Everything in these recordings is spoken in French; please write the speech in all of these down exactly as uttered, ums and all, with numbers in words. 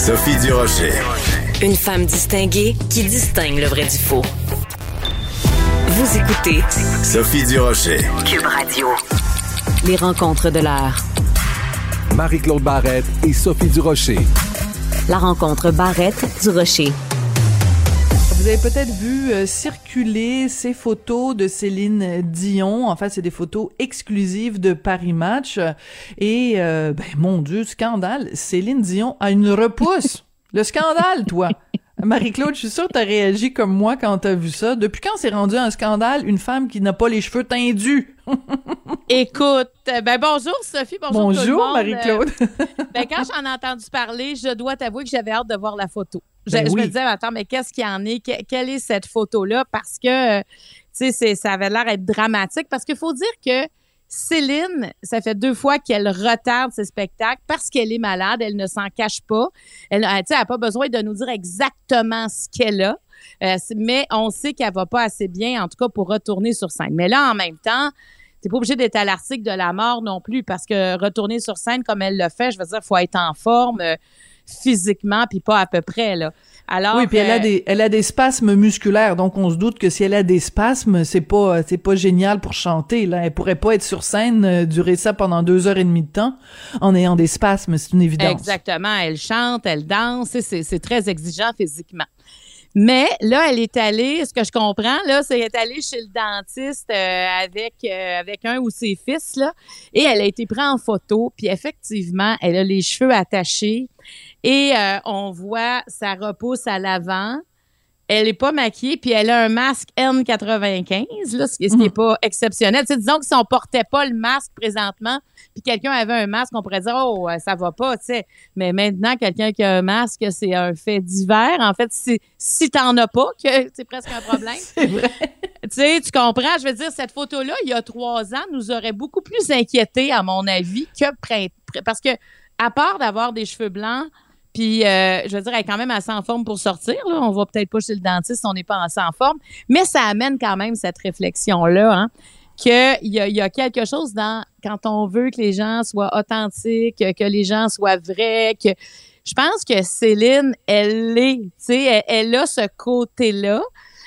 Sophie Durocher. Une femme distinguée qui distingue le vrai du faux. Vous écoutez Sophie Durocher. Cube Radio. Les rencontres de l'heure. Marie-Claude Barrette et Sophie Durocher. La rencontre Barrette-Durocher. Vous avez peut-être vu euh, circuler ces photos de Céline Dion. En fait, c'est des photos exclusives de Paris Match. Et, euh, ben, mon Dieu, scandale. Céline Dion a une repousse. Le scandale, toi. Marie-Claude, je suis sûre que t'as réagi comme moi quand t'as vu ça. Depuis quand c'est rendu un scandale, une femme qui n'a pas les cheveux tendus? Écoute, ben bonjour Sophie, bonjour, bonjour tout le monde. Marie-Claude. Ben quand j'en ai entendu parler, je dois t'avouer que j'avais hâte de voir la photo. Je, Ben je oui. me disais, attends, mais qu'est-ce qu'il y en est? Que- quelle est cette photo-là? Parce que, euh, tu sais, c'est- ça avait l'air d'être dramatique. Parce qu'il faut dire que Céline, ça fait deux fois qu'elle retarde ses spectacles parce qu'elle est malade. Elle ne s'en cache pas. Elle n'a pas besoin de nous dire exactement ce qu'elle a. Euh, c'est- mais on sait qu'elle va pas assez bien, en tout cas, pour retourner sur scène. Mais là, en même temps, t'es pas obligé d'être à l'article de la mort non plus parce que retourner sur scène comme elle le fait, je veux dire, faut être en forme euh, physiquement puis pas à peu près, là. Alors, Oui, puis elle a euh, des, elle a des spasmes musculaires, donc on se doute que si elle a des spasmes, c'est pas, c'est pas génial pour chanter, là. Elle pourrait pas être sur scène, euh, durer ça pendant deux heures et demie de temps en ayant des spasmes, c'est une évidence. Exactement. Elle chante, elle danse, c'est, c'est très exigeant physiquement. Mais là, elle est allée, ce que je comprends, là, c'est qu'elle est allée chez le dentiste euh, avec, euh, avec un ou ses fils, là, et elle a été prise en photo, puis effectivement, elle a les cheveux attachés et euh, on voit sa repousse à l'avant. Elle est pas maquillée, puis elle a un masque N quatre-vingt-quinze, là, ce qui n'est pas exceptionnel. Tu sais, disons que si on portait pas le masque présentement, puis quelqu'un avait un masque, on pourrait dire « Oh, ça va pas », tu sais. Mais maintenant, quelqu'un qui a un masque, c'est un fait divers. En fait, si, si t'en as pas, que c'est presque un problème. C'est vrai. Tu sais, tu comprends? Je veux dire, cette photo-là, il y a trois ans, nous aurait beaucoup plus inquiétés, à mon avis, que print. Parce que, à part d'avoir des cheveux blancs, puis, euh, je veux dire, elle est quand même assez en forme pour sortir. Là. On va peut-être pas chez le dentiste si on n'est pas assez en forme. Mais ça amène quand même cette réflexion-là, hein, qu'il y a, il y a quelque chose dans quand on veut que les gens soient authentiques, que les gens soient vrais, que je pense que Céline, elle est, tu sais, elle, elle a ce côté-là.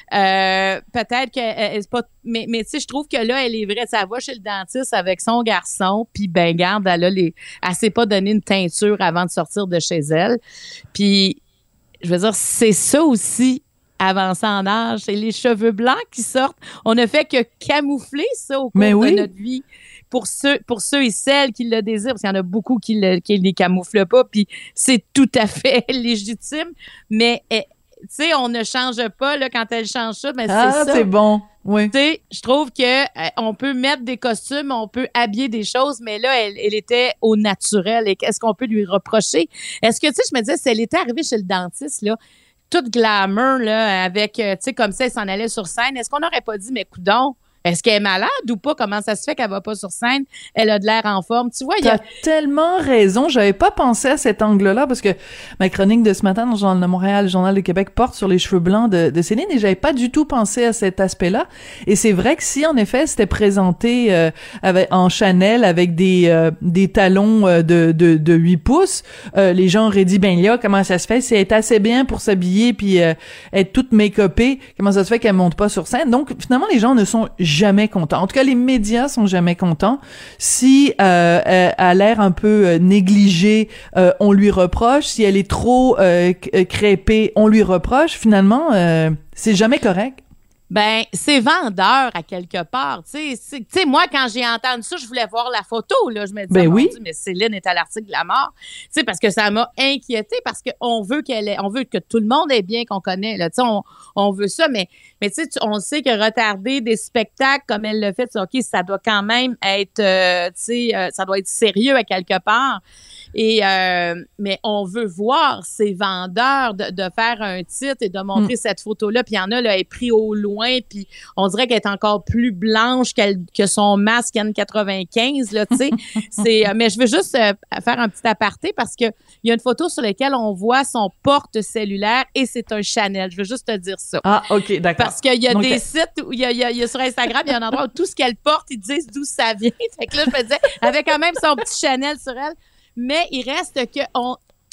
Euh, peut-être que euh, c'est pas, mais mais tu sais, je trouve que là elle est vraie. Ça va chez le dentiste avec son garçon, puis ben garde, elle a les, elle s'est pas donné une teinture avant de sortir de chez elle. Puis je veux dire, c'est ça aussi avancer en âge, c'est les cheveux blancs qui sortent. On ne fait que camoufler ça au cours Mais oui. de notre vie. Pour ceux, pour ceux et celles qui le désirent, parce qu'il y en a beaucoup qui le, qui les camouflent pas, puis c'est tout à fait légitime. Mais eh, tu sais, on ne change pas là quand elle change ça, mais Ah, c'est ça. c'est bon. Oui. Tu sais, je trouve que euh, on peut mettre des costumes, on peut habiller des choses, mais là, elle, elle était au naturel. Et qu'est-ce qu'on peut lui reprocher? Est-ce que, tu sais, je me disais, si elle était arrivée chez le dentiste, là, toute glamour, là, avec, euh, tu sais, comme ça, elle s'en allait sur scène, est-ce qu'on n'aurait pas dit, mais coudonc, est-ce qu'elle est malade ou pas? Comment ça se fait qu'elle va pas sur scène? Elle a de l'air en forme. Tu vois, il y a... T'as tellement raison. J'avais pas pensé à cet angle-là parce que ma chronique de ce matin dans le Journal de Montréal, le Journal de Québec porte sur les cheveux blancs de, de Céline et j'avais pas du tout pensé à cet aspect-là. Et c'est vrai que si, en effet, c'était présenté euh, avec, en Chanel avec des euh, des talons euh, de, de, de huit pouces, euh, les gens auraient dit, ben là, comment ça se fait? Si elle est assez bien pour s'habiller puis euh, être toute make-upée, comment ça se fait qu'elle monte pas sur scène? Donc, finalement, les gens ne sont jamais contents. En tout cas, les médias sont jamais contents. Si euh, elle a l'air un peu euh, négligée, euh, on lui reproche. Si elle est trop euh, crêpée, on lui reproche. Finalement, euh, c'est jamais correct. Ben, c'est vendeur à quelque part. Tu sais, moi, quand j'ai entendu ça, je voulais voir la photo. Là. Je me disais, ben mon oui. Dieu, mais Céline est à l'article de la mort. Tu sais, parce que ça m'a inquiétée, parce qu'on veut qu'elle ait, on veut que tout le monde ait bien qu'on connaît. Là. Tu sais, on, on veut ça, mais, mais tu sais, on sait que retarder des spectacles comme elle le fait, OK, ça doit quand même être, euh, tu sais, euh, ça doit être sérieux à quelque part. Et euh, mais on veut voir ces vendeurs de, de faire un titre et de montrer mm. cette photo-là. Puis il y en a, là, elle est prise au loin, puis on dirait qu'elle est encore plus blanche qu'elle, que son masque N quatre-vingt-quinze, là, tu sais. C'est, mais je veux juste euh, faire un petit aparté parce que il y a une photo sur laquelle on voit son porte cellulaire et c'est un Chanel. Je veux juste te dire ça. Ah, OK, d'accord. Parce qu'il y a Donc, des sites où il y a, il y a, il y a sur Instagram, il y a un endroit où tout ce qu'elle porte, ils disent d'où ça vient. Fait que là, je me disais, elle avait quand même son petit Chanel sur elle. Mais il reste que on,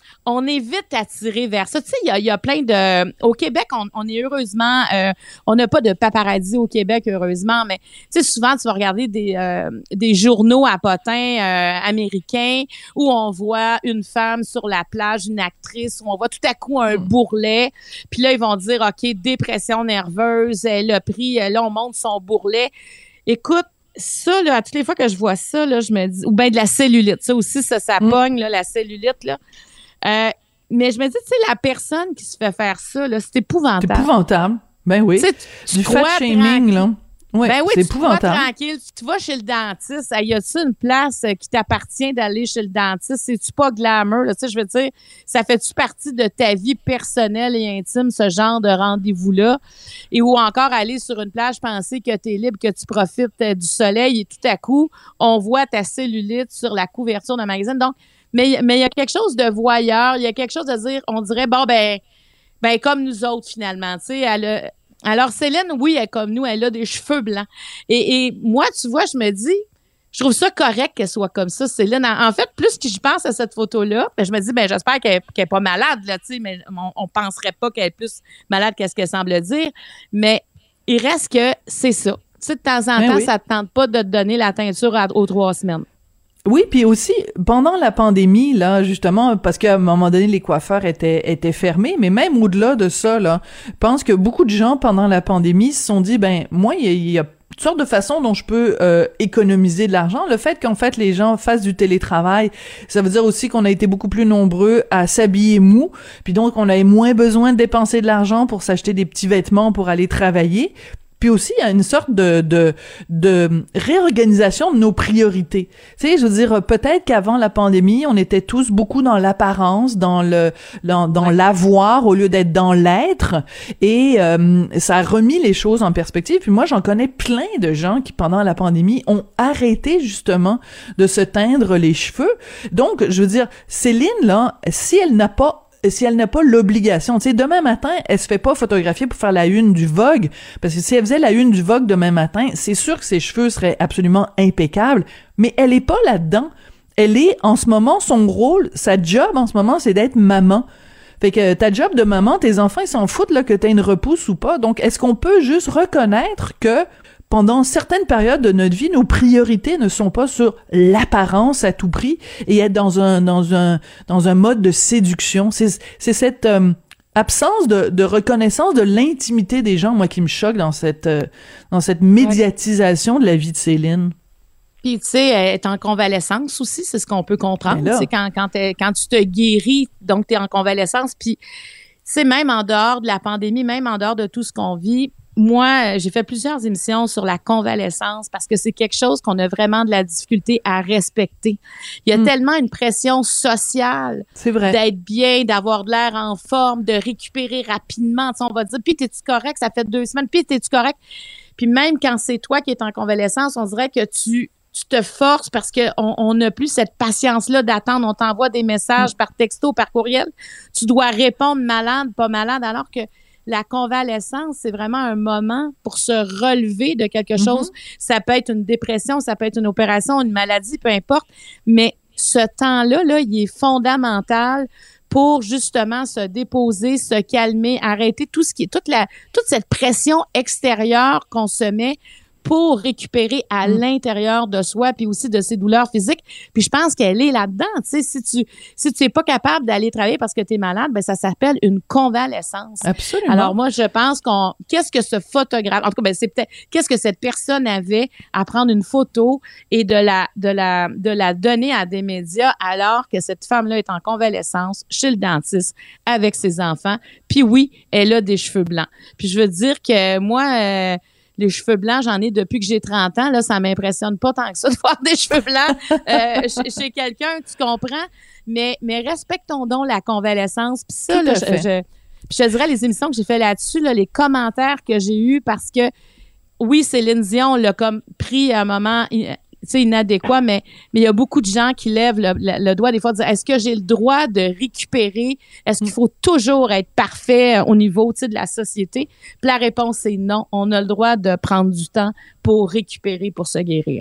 on est vite attiré vers ça. Tu sais, il y a, y a plein de... Au Québec, on, on est heureusement... Euh, on n'a pas de paparazzi au Québec, heureusement, mais tu sais, souvent, tu vas regarder des, euh, des journaux à potins euh, américains où on voit une femme sur la plage, une actrice, où on voit tout à coup un bourrelet. Puis là, ils vont dire, OK, dépression nerveuse, elle a pris... Là, on montre son bourrelet. Écoute, ça, là, à toutes les fois que je vois ça, là, je me dis... Ou bien de la cellulite. Ça aussi, ça, ça Mm. pogne, là, la cellulite, là. Euh, mais je me dis, tu sais, la personne qui se fait faire ça, là, c'est épouvantable. C'est épouvantable. Ben oui. Tu sais, tu Du te fat crois shaming, tranquille. là. Ouais, Ben oui, c'est tu te crois épouvantable. tranquille. Tu te vas chez le dentiste. Hey, y a-tu une place euh, qui t'appartient d'aller chez le dentiste? C'est-tu pas glamour? Là? Tu sais, je veux dire, ça fait-tu partie de ta vie personnelle et intime, ce genre de rendez-vous-là? Et ou encore aller sur une plage, penser que tu es libre, que tu profites euh, du soleil et tout à coup, on voit ta cellulite sur la couverture d'un magazine. Donc, mais mais il y a quelque chose de voyeur, il y a quelque chose de dire, on dirait, bon, ben, ben comme nous autres, finalement. Tu sais, elle a... Alors, Céline, oui, elle est comme nous, elle a des cheveux blancs. Et, et moi, tu vois, je me dis, je trouve ça correct qu'elle soit comme ça, Céline. En, en fait, plus que j'y pense à cette photo-là, ben, je me dis, ben j'espère qu'elle n'est pas malade, là, tu sais, mais on, on penserait pas qu'elle est plus malade qu'est-ce qu'elle semble dire. Mais il reste que c'est ça. Tu sais, de temps en Ben temps, oui. ça te tente pas de te donner la teinture à- aux trois semaines. Oui, puis aussi pendant la pandémie là, justement parce qu'à un moment donné les coiffeurs étaient étaient fermés, mais même au-delà de ça là, je pense que beaucoup de gens pendant la pandémie se sont dit ben moi il y a, il y a toutes sortes de façons dont je peux euh, économiser de l'argent. Le fait qu'en fait les gens fassent du télétravail, ça veut dire aussi qu'on a été beaucoup plus nombreux à s'habiller mou, puis donc on avait moins besoin de dépenser de l'argent pour s'acheter des petits vêtements pour aller travailler. Puis aussi, il y a une sorte de, de, de réorganisation de nos priorités. Tu sais, je veux dire, peut-être qu'avant la pandémie, on était tous beaucoup dans l'apparence, dans le, dans, dans Ouais. l'avoir au lieu d'être dans l'être. Et euh, ça a remis les choses en perspective. Puis moi, j'en connais plein de gens qui, pendant la pandémie, ont arrêté justement de se teindre les cheveux. Donc, je veux dire, Céline, là, si elle n'a pas si elle n'a pas l'obligation, tu sais, demain matin, elle se fait pas photographier pour faire la une du Vogue, parce que si elle faisait la une du Vogue demain matin, c'est sûr que ses cheveux seraient absolument impeccables, mais elle est pas là-dedans. Elle est, en ce moment, son rôle, sa job en ce moment, c'est d'être maman. Fait que ta job de maman, tes enfants, ils s'en foutent, là, que t'aies une repousse ou pas. Donc, est-ce qu'on peut juste reconnaître que pendant certaines périodes de notre vie, nos priorités ne sont pas sur l'apparence à tout prix et être dans un dans un dans un mode de séduction. C'est c'est cette euh, absence de, de reconnaissance de l'intimité des gens, moi, qui me choque dans cette euh, dans cette médiatisation de la vie de Céline. Puis, tu sais, elle est en convalescence aussi, c'est ce qu'on peut comprendre. Ben là. Tu sais, quand, quand, t'es- quand tu te guéris, donc tu es en convalescence, puis, tu sais, même en dehors de la pandémie, même en dehors de tout ce qu'on vit, moi, j'ai fait plusieurs émissions sur la convalescence parce que c'est quelque chose qu'on a vraiment de la difficulté à respecter. Il y a Mm. tellement une pression sociale C'est vrai. d'être bien, d'avoir de l'air en forme, de récupérer rapidement. Tu sais, on va dire, puis t'es-tu correct? Ça fait deux semaines, puis t'es-tu correct? Puis même quand c'est toi qui es en convalescence, on dirait que tu tu te forces parce que on on n'a plus cette patience-là d'attendre. On t'envoie des messages par texto, par courriel. Tu dois répondre malade, pas malade, alors que la convalescence, c'est vraiment un moment pour se relever de quelque Mm-hmm. chose. Ça peut être une dépression, ça peut être une opération, une maladie, peu importe. Mais ce temps-là, là, il est fondamental pour justement se déposer, se calmer, arrêter tout ce qui est toute la toute cette pression extérieure qu'on se met pour récupérer à Mm. l'intérieur de soi puis aussi de ses douleurs physiques. Puis je pense qu'elle est là-dedans, tu sais, si tu si tu es pas capable d'aller travailler parce que tu es malade, ben ça s'appelle une convalescence. Absolument. Alors moi je pense qu'on qu'est-ce que ce photographe en tout cas ben c'est peut-être qu'est-ce que cette personne avait à prendre une photo et de la de la de la donner à des médias alors que cette femme-là est en convalescence chez le dentiste avec ses enfants. Puis oui, elle a des cheveux blancs. Puis je veux dire que moi euh, les cheveux blancs, j'en ai depuis que j'ai trente ans. Là, ça m'impressionne pas tant que ça de voir des cheveux blancs euh, chez, chez quelqu'un, tu comprends? Mais, mais respectons donc la convalescence. Puis ça, Tout là, à je, fait. je, puis je te dirais, les émissions que j'ai fait là-dessus, là, les commentaires que j'ai eus, parce que, oui, Céline Dion l'a comme pris à un moment in- tu sais, inadéquat, mais mais il y a beaucoup de gens qui lèvent le, le, le doigt des fois, de dire, est-ce que j'ai le droit de récupérer? Est-ce qu'il faut toujours être parfait au niveau, tu sais, de la société? Puis la réponse est non. On a le droit de prendre du temps pour récupérer, pour se guérir.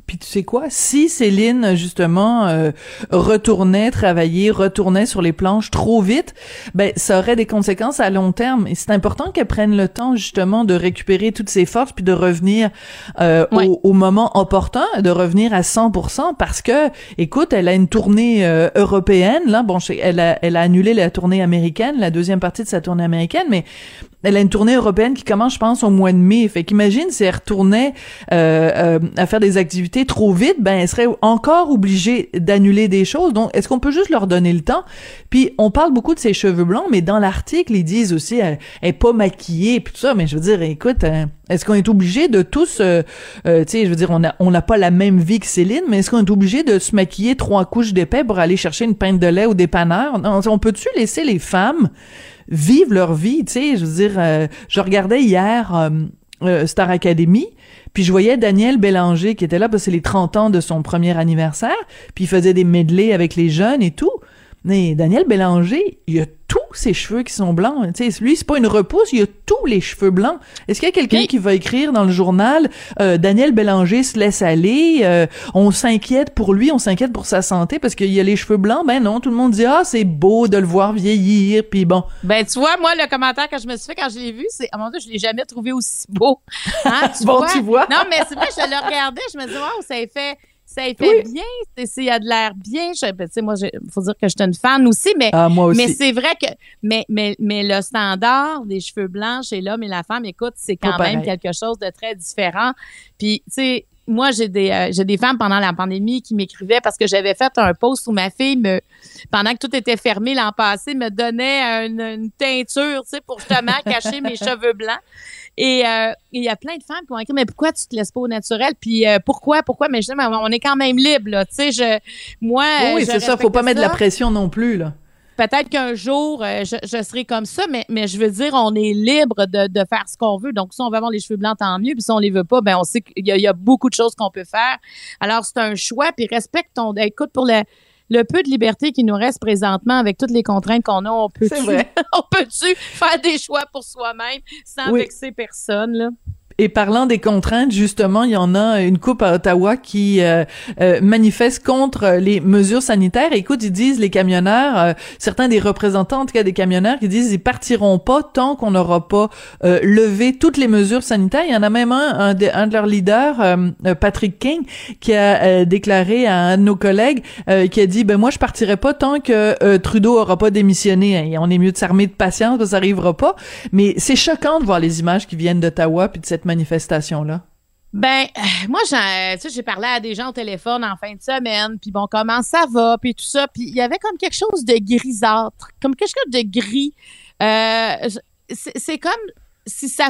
Puis tu sais quoi? Si Céline, justement, euh, retournait travailler, retournait sur les planches trop vite, ben ça aurait des conséquences à long terme. Et c'est important qu'elle prenne le temps, justement, de récupérer toutes ses forces puis de revenir euh, oui. au, au moment opportun, de revenir à cent pour cent parce que, écoute, elle a une tournée euh, européenne, là. Bon, elle a, elle a annulé la tournée américaine, la deuxième partie de sa tournée américaine, mais elle a une tournée européenne qui commence, je pense, au mois de mai. Fait qu'imagine si elle retournait euh, euh, à faire des activités trop vite, ben elle serait encore obligée d'annuler des choses. Donc, est-ce qu'on peut juste leur donner le temps? Puis, on parle beaucoup de ses cheveux blancs, mais dans l'article, ils disent aussi elle, elle est pas maquillée puis tout ça. Mais je veux dire, écoute, euh, est-ce qu'on est obligé de tous, euh, euh, tu sais, je veux dire, on a on n'a pas la même vie que Céline, mais est-ce qu'on est obligé de se maquiller trois couches d'épais pour aller chercher une pinte de lait au dépanneur? Non, on peut-tu laisser les femmes vivent leur vie, tu sais, je veux dire, euh, je regardais hier euh, euh, Star Academy, puis je voyais Daniel Bélanger qui était là parce que c'est les trente ans de son premier anniversaire, puis il faisait des medleys avec les jeunes et tout. Mais Daniel Bélanger, il a tous ses cheveux qui sont blancs. Tu sais, lui, c'est pas une repousse, il a tous les cheveux blancs. Est-ce qu'il y a quelqu'un oui. qui va écrire dans le journal euh, Daniel Bélanger se laisse aller, euh, on s'inquiète pour lui, on s'inquiète pour sa santé parce qu'il a les cheveux blancs? Ben non, tout le monde dit ah c'est beau de le voir vieillir, puis bon. Ben tu vois, moi le commentaire que je me suis fait quand je l'ai vu, c'est oh mon Dieu, je l'ai jamais trouvé aussi beau. Hein, tu bon, vois? tu vois. Non, mais c'est vrai, je le regardais, je me dis wow, ça a fait Ça y fait oui. bien, il y a de l'air bien. Je, ben, tu sais, moi, il faut dire que je suis une fan aussi, mais, ah, moi aussi. mais c'est vrai que mais, mais, mais le standard des cheveux blancs chez l'homme et la femme, écoute, c'est quand Pas même pareil. quelque chose de très différent. Puis, tu sais, moi, j'ai des euh, j'ai des femmes pendant la pandémie qui m'écrivaient parce que j'avais fait un post où ma fille, me, pendant que tout était fermé l'an passé, me donnait une, une teinture, tu sais, pour justement cacher mes cheveux blancs. Et euh, il y a plein de femmes qui ont écrit mais pourquoi tu te laisses pas au naturel puis euh, pourquoi pourquoi mais je dis mais on est quand même libre là, tu sais je moi oh oui, je c'est ça, faut pas ça. mettre de la pression non plus là. Peut-être qu'un jour euh, je, je serai comme ça mais mais je veux dire on est libre de de faire ce qu'on veut. Donc si on veut avoir les cheveux blancs tant mieux, puis si on les veut pas ben on sait qu'il y a, il y a beaucoup de choses qu'on peut faire. Alors c'est un choix, puis respecte ton écoute pour le le peu de liberté qui nous reste présentement avec toutes les contraintes qu'on a, on peut-tu, on peut-tu faire des choix pour soi-même sans oui. vexer personne, là? Et parlant des contraintes, justement, il y en a une couple à Ottawa qui euh, euh, manifeste contre les mesures sanitaires. Et écoute, ils disent, les camionneurs, euh, certains des représentants, en tout cas des camionneurs, qui disent ils partiront pas tant qu'on n'aura pas euh, levé toutes les mesures sanitaires. Il y en a même un, un de, un de leurs leaders, euh, Patrick King, qui a euh, déclaré à un de nos collègues, euh, qui a dit, ben moi, je partirai pas tant que euh, Trudeau aura pas démissionné. Et on est mieux de s'armer de patience, parce que ça arrivera pas. Mais c'est choquant de voir les images qui viennent d'Ottawa puis de cette manifestation-là? Ben, euh, moi, j'ai, tu sais, j'ai parlé à des gens au téléphone en fin de semaine, puis bon, comment ça va, puis tout ça, puis il y avait comme quelque chose de grisâtre, comme quelque chose de gris. Euh, c'est, c'est comme si ça...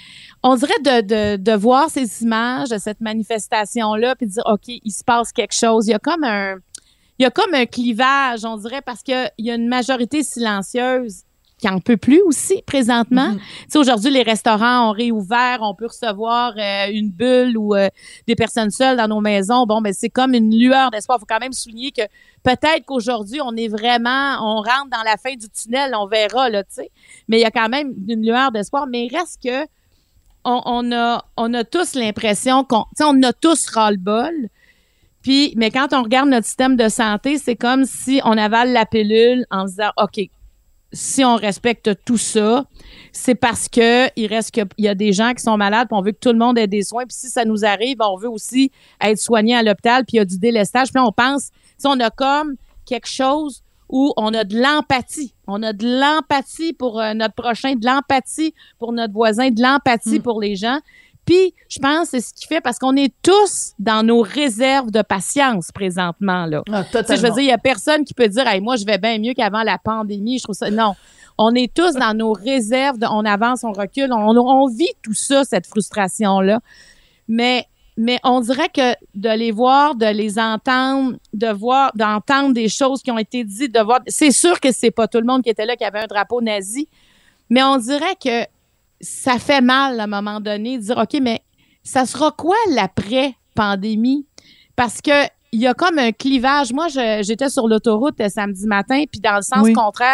On dirait de, de, de voir ces images de cette manifestation-là, puis de dire, OK, il se passe quelque chose. Il y a comme un... Il y a comme un clivage, on dirait, parce qu'il y a une majorité silencieuse qui en peut plus aussi présentement. Mm-hmm. Tu sais, aujourd'hui, les restaurants ont réouvert, on peut recevoir euh, une bulle ou euh, des personnes seules dans nos maisons. Bon, ben c'est comme une lueur d'espoir. Il faut quand même souligner que peut-être qu'aujourd'hui, on est vraiment, on rentre dans la fin du tunnel, on verra, là, tu sais. Mais il y a quand même une lueur d'espoir. Mais il reste que on, on a on a tous l'impression qu'on, tu sais, on a tous ras-le-bol. Puis, mais quand on regarde notre système de santé, c'est comme si on avale la pilule en se disant, OK, si on respecte tout ça, c'est parce que il reste qu'il y a des gens qui sont malades, puis on veut que tout le monde ait des soins. Puis si ça nous arrive, on veut aussi être soigné à l'hôpital, puis il y a du délestage. Puis là, on pense, si on a comme quelque chose où on a de l'empathie. On a de l'empathie pour euh, notre prochain, de l'empathie pour notre voisin, de l'empathie mmh. pour les gens. Puis, je pense que c'est ce qui fait, parce qu'on est tous dans nos réserves de patience présentement, là. Ah, totalement. Je veux dire, il y a personne qui peut dire, hey, moi, je vais bien mieux qu'avant la pandémie. Je trouve ça. Non. On est tous dans nos réserves, de, on avance, on recule. On, on vit tout ça, cette frustration-là. Mais, mais on dirait que de les voir, de les entendre, de voir, d'entendre des choses qui ont été dites, de voir. C'est sûr que c'est pas tout le monde qui était là, qui avait un drapeau nazi. Mais on dirait que ça fait mal à un moment donné de dire, OK, mais ça sera quoi l'après-pandémie? Parce que il y a comme un clivage. Moi, je, j'étais sur l'autoroute samedi matin, puis dans le sens oui. contraire,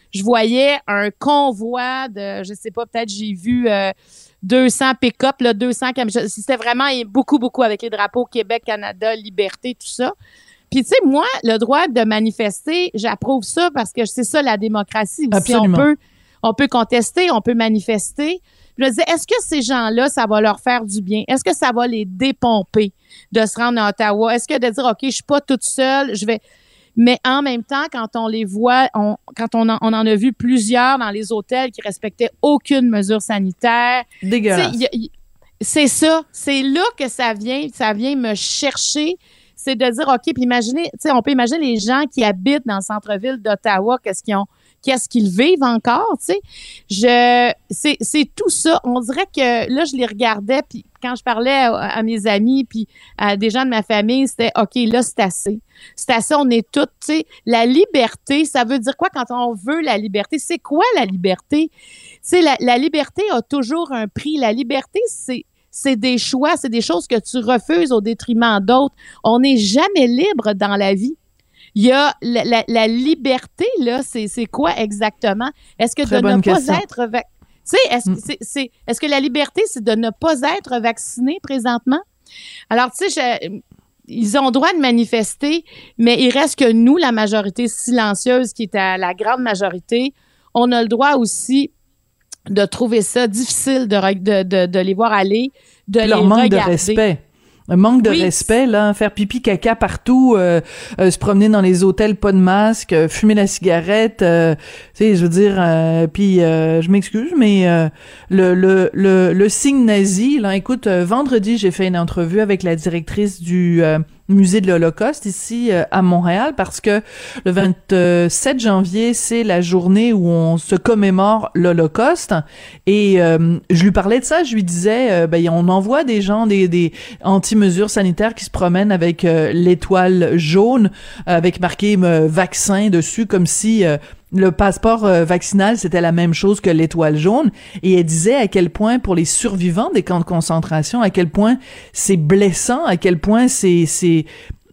je voyais un convoi de, je sais pas, peut-être j'ai vu euh, deux cents pick-up, là, deux cents camions. C'était vraiment beaucoup, beaucoup avec les drapeaux Québec, Canada, Liberté, tout ça. Puis, tu sais, moi, le droit de manifester, j'approuve ça parce que c'est ça, la démocratie. Aussi, on peut, on peut contester, on peut manifester. Je me disais, est-ce que ces gens-là, ça va leur faire du bien? Est-ce que ça va les dépomper de se rendre à Ottawa? Est-ce que de dire, OK, je suis pas toute seule, je vais... Mais en même temps, quand on les voit, on, quand on en, on en a vu plusieurs dans les hôtels qui respectaient aucune mesure sanitaire. Dégueulasse. Y a, y, c'est ça. C'est là que ça vient, ça vient me chercher. C'est de dire, OK, puis imaginez, tu sais, on peut imaginer les gens qui habitent dans le centre-ville d'Ottawa, qu'est-ce qu'ils ont, qu'est-ce qu'ils vivent encore, tu sais. Je, c'est, c'est tout ça. On dirait que là, je les regardais, puis quand je parlais à, à mes amis, puis à des gens de ma famille, c'était, OK, là, c'est assez. C'est assez, on est toutes, tu sais. La liberté, ça veut dire quoi quand on veut la liberté? C'est quoi la liberté? Tu sais, la, la liberté a toujours un prix. La liberté, c'est c'est des choix, c'est des choses que tu refuses au détriment d'autres. On n'est jamais libre dans la vie. Il y a la, la, la liberté, là, c'est, c'est quoi exactement? Est-ce que Très de ne question. pas être... Va- tu sais, est-ce, mm. c'est, c'est, est-ce que la liberté, c'est de ne pas être vacciné présentement? Alors, tu sais, je, ils ont le droit de manifester, mais il reste que nous, la majorité silencieuse, qui est à la grande majorité, on a le droit aussi de trouver ça difficile de, de, de, de les voir aller, de leur les manque regarder. de respect. Un manque de oui. respect, là, faire pipi, caca partout, euh, euh, se promener dans les hôtels, pas de masque, euh, fumer la cigarette, euh, tu sais, je veux dire, euh, puis euh, je m'excuse, mais euh, le, le le le signe nazi, là, écoute, euh, vendredi, j'ai fait une entrevue avec la directrice du euh, musée de l'Holocauste ici euh, à Montréal parce que le vingt-sept janvier, c'est la journée où on se commémore l'Holocauste et euh, je lui parlais de ça, je lui disais euh, ben on envoie des gens des des anti-mesures sanitaires qui se promènent avec euh, l'étoile jaune euh, avec marqué euh, vaccin dessus comme si euh, le passeport euh, vaccinal, c'était la même chose que l'étoile jaune. Et elle disait à quel point, pour les survivants des camps de concentration, à quel point c'est blessant, à quel point c'est, c'est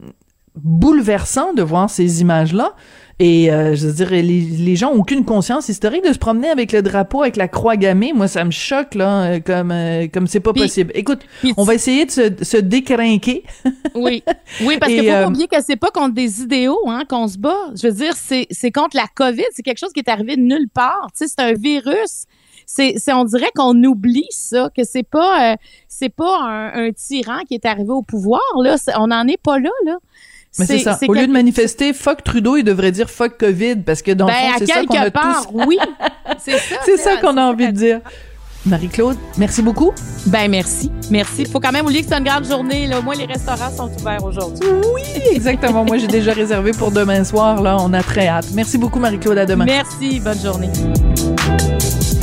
bouleversant de voir ces images-là. Et euh, je veux dire, les, les gens ont aucune conscience historique de se promener avec le drapeau, avec la croix gammée. Moi, ça me choque, là, comme euh, comme c'est pas puis, possible. Écoute, puis, on va essayer de se, se décrinquer. Oui, oui, parce qu'il faut euh, pas oublier que c'est pas contre des idéaux hein, qu'on se bat. Je veux dire, c'est, c'est contre la COVID. C'est quelque chose qui est arrivé de nulle part. Tu sais, c'est un virus. C'est, c'est, on dirait qu'on oublie ça, que c'est pas, euh, c'est pas un, un tyran qui est arrivé au pouvoir. Là, c'est, on n'en est pas là, là. Mais c'est, c'est ça. C'est Au lieu de manifester fuck Trudeau, il devrait dire fuck COVID parce que dans ben, le fond, c'est ça qu'on a part, tous. Oui, c'est ça. c'est, c'est ça qu'on a envie de dire. Marie-Claude, merci beaucoup. Ben merci, merci. Il faut quand même oublier que c'est une grande journée. Là. Au moins, les restaurants sont ouverts aujourd'hui. Oui, exactement. Moi, j'ai déjà réservé pour demain soir. Là, on a très hâte. Merci beaucoup, Marie-Claude. À demain. Merci. Bonne journée.